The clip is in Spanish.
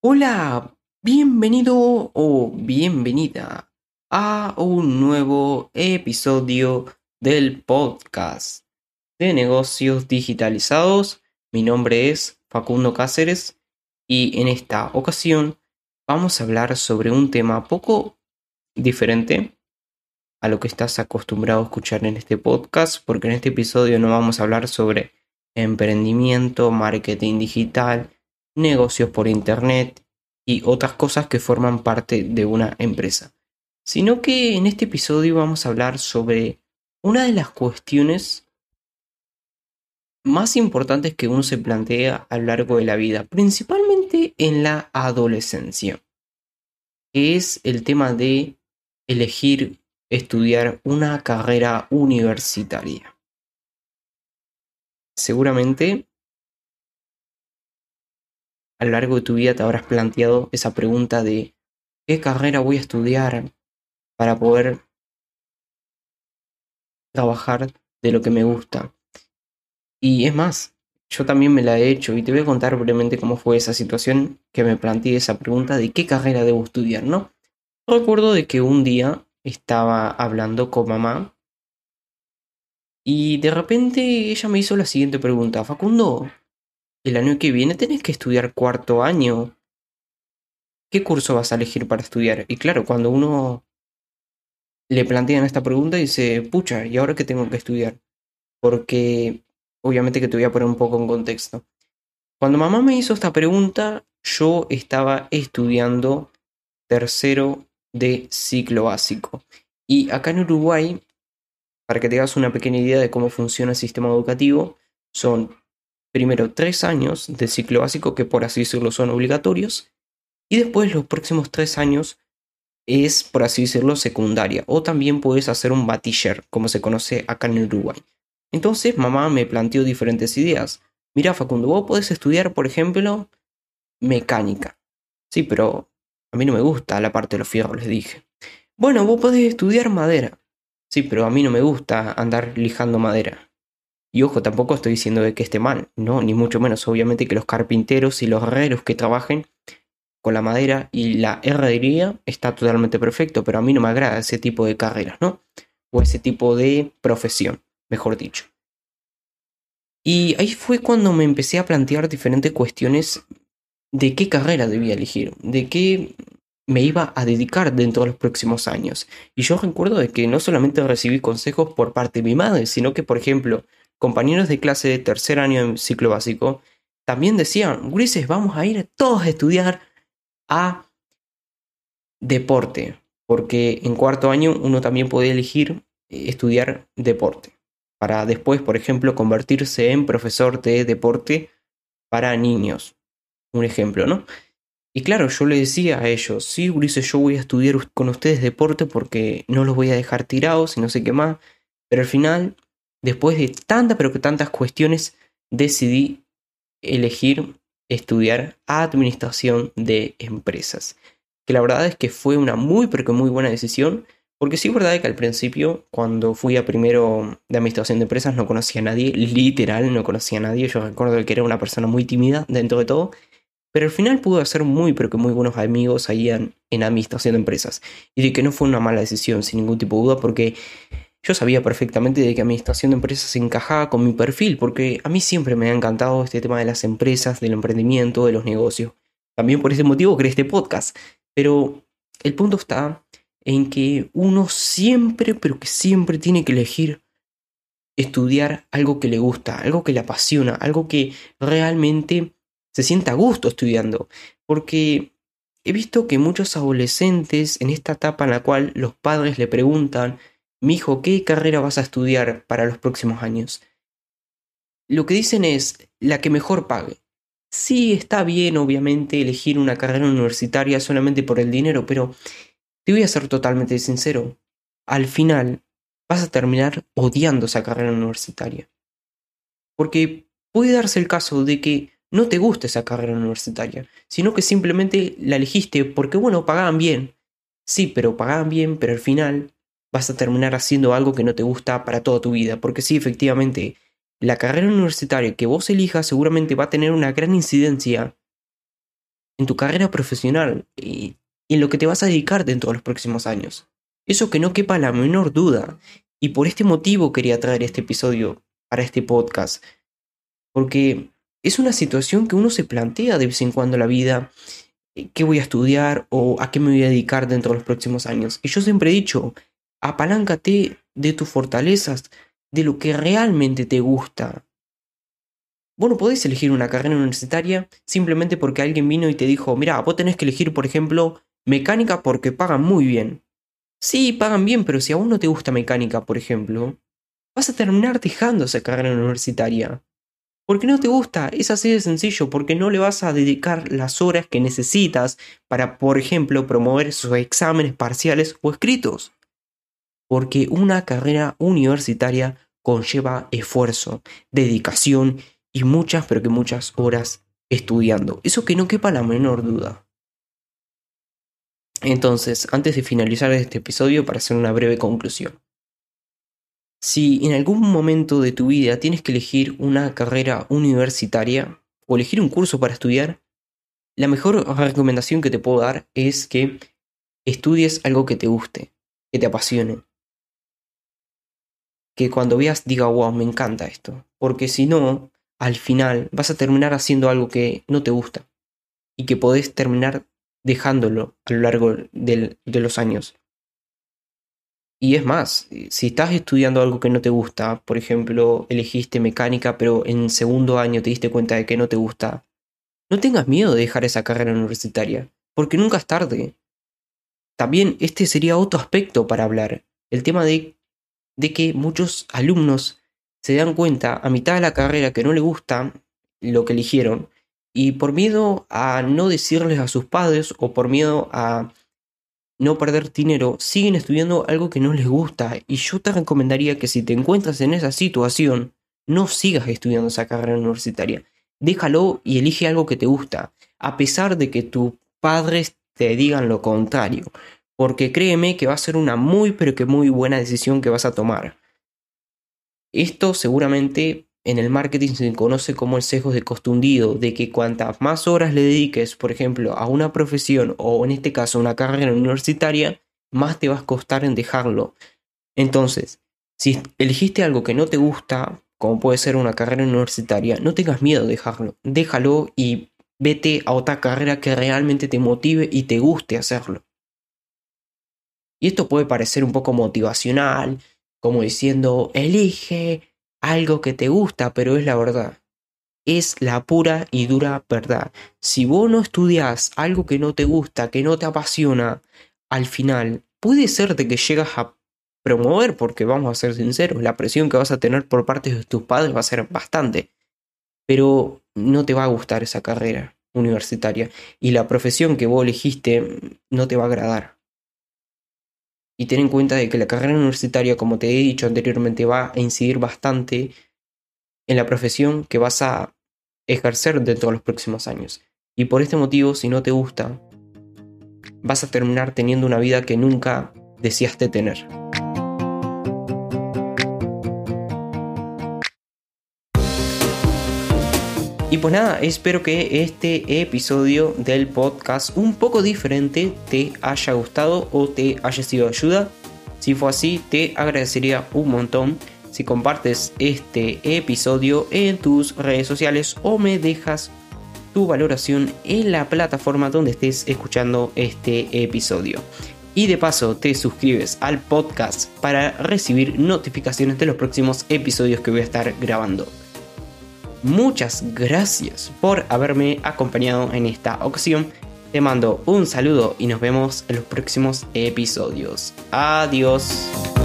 Hola, bienvenido o bienvenida a un nuevo episodio del podcast de negocios digitalizados. Mi nombre es Facundo Cáceres y en esta ocasión vamos a hablar sobre un tema poco diferente a lo que estás acostumbrado a escuchar en este podcast, porque en este episodio no vamos a hablar sobre emprendimiento, marketing digital, negocios por internet y otras cosas que forman parte de una empresa, sino que en este episodio vamos a hablar sobre una de las cuestiones más importantes que uno se plantea a lo largo de la vida, principalmente en la adolescencia, que es el tema de elegir estudiar una carrera universitaria. Seguramente a lo largo de tu vida te habrás planteado esa pregunta de ¿qué carrera voy a estudiar para poder trabajar de lo que me gusta? Y es más, yo también me la he hecho y te voy a contar brevemente cómo fue esa situación que me planteé esa pregunta de qué carrera debo estudiar, ¿no? Recuerdo de que un día estaba hablando con mamá y de repente ella me hizo la siguiente pregunta: Facundo, el año que viene tenés que estudiar cuarto año. ¿Qué curso vas a elegir para estudiar? Y claro, cuando uno le plantean esta pregunta dice, pucha, ¿y ahora qué tengo que estudiar? Porque obviamente que te voy a poner un poco en contexto. Cuando mamá me hizo esta pregunta, yo estaba estudiando tercero de ciclo básico. Y acá en Uruguay, para que te hagas una pequeña idea de cómo funciona el sistema educativo, son primero 3 años de ciclo básico que por así decirlo son obligatorios, y después los próximos 3 años es, por así decirlo, secundaria. O también puedes hacer un bachiller, como se conoce acá en Uruguay. Entonces mamá me planteó diferentes ideas. Mira, Facundo, vos podés estudiar, por ejemplo, mecánica. Sí, pero a mí no me gusta la parte de los fierros, les dije. Bueno, vos podés estudiar madera. Sí, pero a mí no me gusta andar lijando madera. Y ojo, tampoco estoy diciendo de que esté mal, no, ni mucho menos. Obviamente que los carpinteros y los herreros que trabajen con la madera y la herrería está totalmente perfecto, pero a mí no me agrada ese tipo de carreras, ¿no? O ese tipo de profesión, mejor dicho. Y ahí fue cuando me empecé a plantear diferentes cuestiones de qué carrera debía elegir, de qué me iba a dedicar dentro de los próximos años. Y yo recuerdo de que no solamente recibí consejos por parte de mi madre, sino que, por ejemplo, compañeros de clase de tercer año en ciclo básico también decían, Grises, vamos a ir todos a estudiar a deporte, porque en cuarto año uno también puede elegir estudiar deporte, para después, por ejemplo, convertirse en profesor de deporte para niños. Un ejemplo, ¿no? Y claro, yo le decía a ellos, sí, Ulises, yo voy a estudiar con ustedes deporte porque no los voy a dejar tirados y no sé qué más. Pero al final, después de tantas, pero que tantas cuestiones, decidí elegir estudiar administración de empresas. Que la verdad es que fue una muy, pero que muy buena decisión. Porque sí es verdad que al principio, cuando fui a primero de administración de empresas, no conocía a nadie, literal, no conocía a nadie. Yo recuerdo que era una persona muy tímida dentro de todo. Pero al final pude hacer muy, pero que muy buenos amigos ahí en administración de empresas. Y de que no fue una mala decisión, sin ningún tipo de duda, porque yo sabía perfectamente de que administración de empresas encajaba con mi perfil, porque a mí siempre me ha encantado este tema de las empresas, del emprendimiento, de los negocios. También por ese motivo creé este podcast. Pero el punto está en que uno siempre, pero que siempre tiene que elegir estudiar algo que le gusta, algo que le apasiona, algo que realmente se sienta a gusto estudiando. Porque he visto que muchos adolescentes en esta etapa en la cual los padres le preguntan, mi hijo, ¿qué carrera vas a estudiar para los próximos años? Lo que dicen es la que mejor pague. Sí, está bien, obviamente, elegir una carrera universitaria solamente por el dinero, pero te voy a ser totalmente sincero. Al final, vas a terminar odiando esa carrera universitaria. Porque puede darse el caso de que no te guste esa carrera universitaria, sino que simplemente la elegiste porque, bueno, pagaban bien. Sí, pero pagaban bien, pero al final vas a terminar haciendo algo que no te gusta para toda tu vida. Porque sí, efectivamente, la carrera universitaria que vos elijas seguramente va a tener una gran incidencia en tu carrera profesional y en lo que te vas a dedicar dentro de los próximos años. Eso que no quepa la menor duda. Y por este motivo quería traer este episodio para este podcast. Porque es una situación que uno se plantea de vez en cuando en la vida. ¿Qué voy a estudiar o a qué me voy a dedicar dentro de los próximos años? Y yo siempre he dicho, apaláncate de tus fortalezas, de lo que realmente te gusta. Vos no podés elegir una carrera universitaria simplemente porque alguien vino y te dijo, mira, vos tenés que elegir, por ejemplo, mecánica porque pagan muy bien. Sí, pagan bien, pero si a vos no te gusta mecánica, por ejemplo, vas a terminar dejando esa carrera universitaria. Porque no te gusta, es así de sencillo, porque no le vas a dedicar las horas que necesitas para, por ejemplo, promover esos exámenes parciales o escritos. Porque una carrera universitaria conlleva esfuerzo, dedicación y muchas, pero que muchas horas estudiando. Eso que no quepa la menor duda. Entonces, antes de finalizar este episodio, para hacer una breve conclusión. Si en algún momento de tu vida tienes que elegir una carrera universitaria o elegir un curso para estudiar, la mejor recomendación que te puedo dar es que estudies algo que te guste, que te apasione. Que cuando veas diga, wow, me encanta esto. Porque si no, al final vas a terminar haciendo algo que no te gusta y que podés terminar dejándolo a lo largo de los años. Y es más, si estás estudiando algo que no te gusta, por ejemplo, elegiste mecánica, pero en segundo año te diste cuenta de que no te gusta, no tengas miedo de dejar esa carrera universitaria, porque nunca es tarde. También este sería otro aspecto para hablar, el tema de que muchos alumnos se dan cuenta a mitad de la carrera que no les gusta lo que eligieron, y por miedo a no decirles a sus padres o por miedo a no perder dinero, siguen estudiando algo que no les gusta. Y yo te recomendaría que si te encuentras en esa situación, no sigas estudiando esa carrera universitaria. Déjalo y elige algo que te gusta, a pesar de que tus padres te digan lo contrario. Porque créeme que va a ser una muy pero que muy buena decisión que vas a tomar. Esto seguramente en el marketing se conoce como el sesgo de costo hundido, de que cuantas más horas le dediques, por ejemplo, a una profesión o en este caso a una carrera universitaria, más te va a costar en dejarlo. Entonces, si elegiste algo que no te gusta, como puede ser una carrera universitaria, no tengas miedo de dejarlo. Déjalo y vete a otra carrera que realmente te motive y te guste hacerlo. Y esto puede parecer un poco motivacional, como diciendo, elige algo que te gusta, pero es la verdad. Es la pura y dura verdad. Si vos no estudias algo que no te gusta, que no te apasiona, al final puede ser de que llegas a promover, porque vamos a ser sinceros, la presión que vas a tener por parte de tus padres va a ser bastante, pero no te va a gustar esa carrera universitaria y la profesión que vos elegiste no te va a agradar. Y ten en cuenta de que la carrera universitaria, como te he dicho anteriormente, va a incidir bastante en la profesión que vas a ejercer dentro de los próximos años. Y por este motivo, si no te gusta, vas a terminar teniendo una vida que nunca deseaste tener. Y pues nada, espero que este episodio del podcast un poco diferente te haya gustado o te haya sido de ayuda. Si fue así, te agradecería un montón si compartes este episodio en tus redes sociales o me dejas tu valoración en la plataforma donde estés escuchando este episodio. Y de paso te suscribes al podcast para recibir notificaciones de los próximos episodios que voy a estar grabando. Muchas gracias por haberme acompañado en esta ocasión. Te mando un saludo y nos vemos en los próximos episodios. Adiós.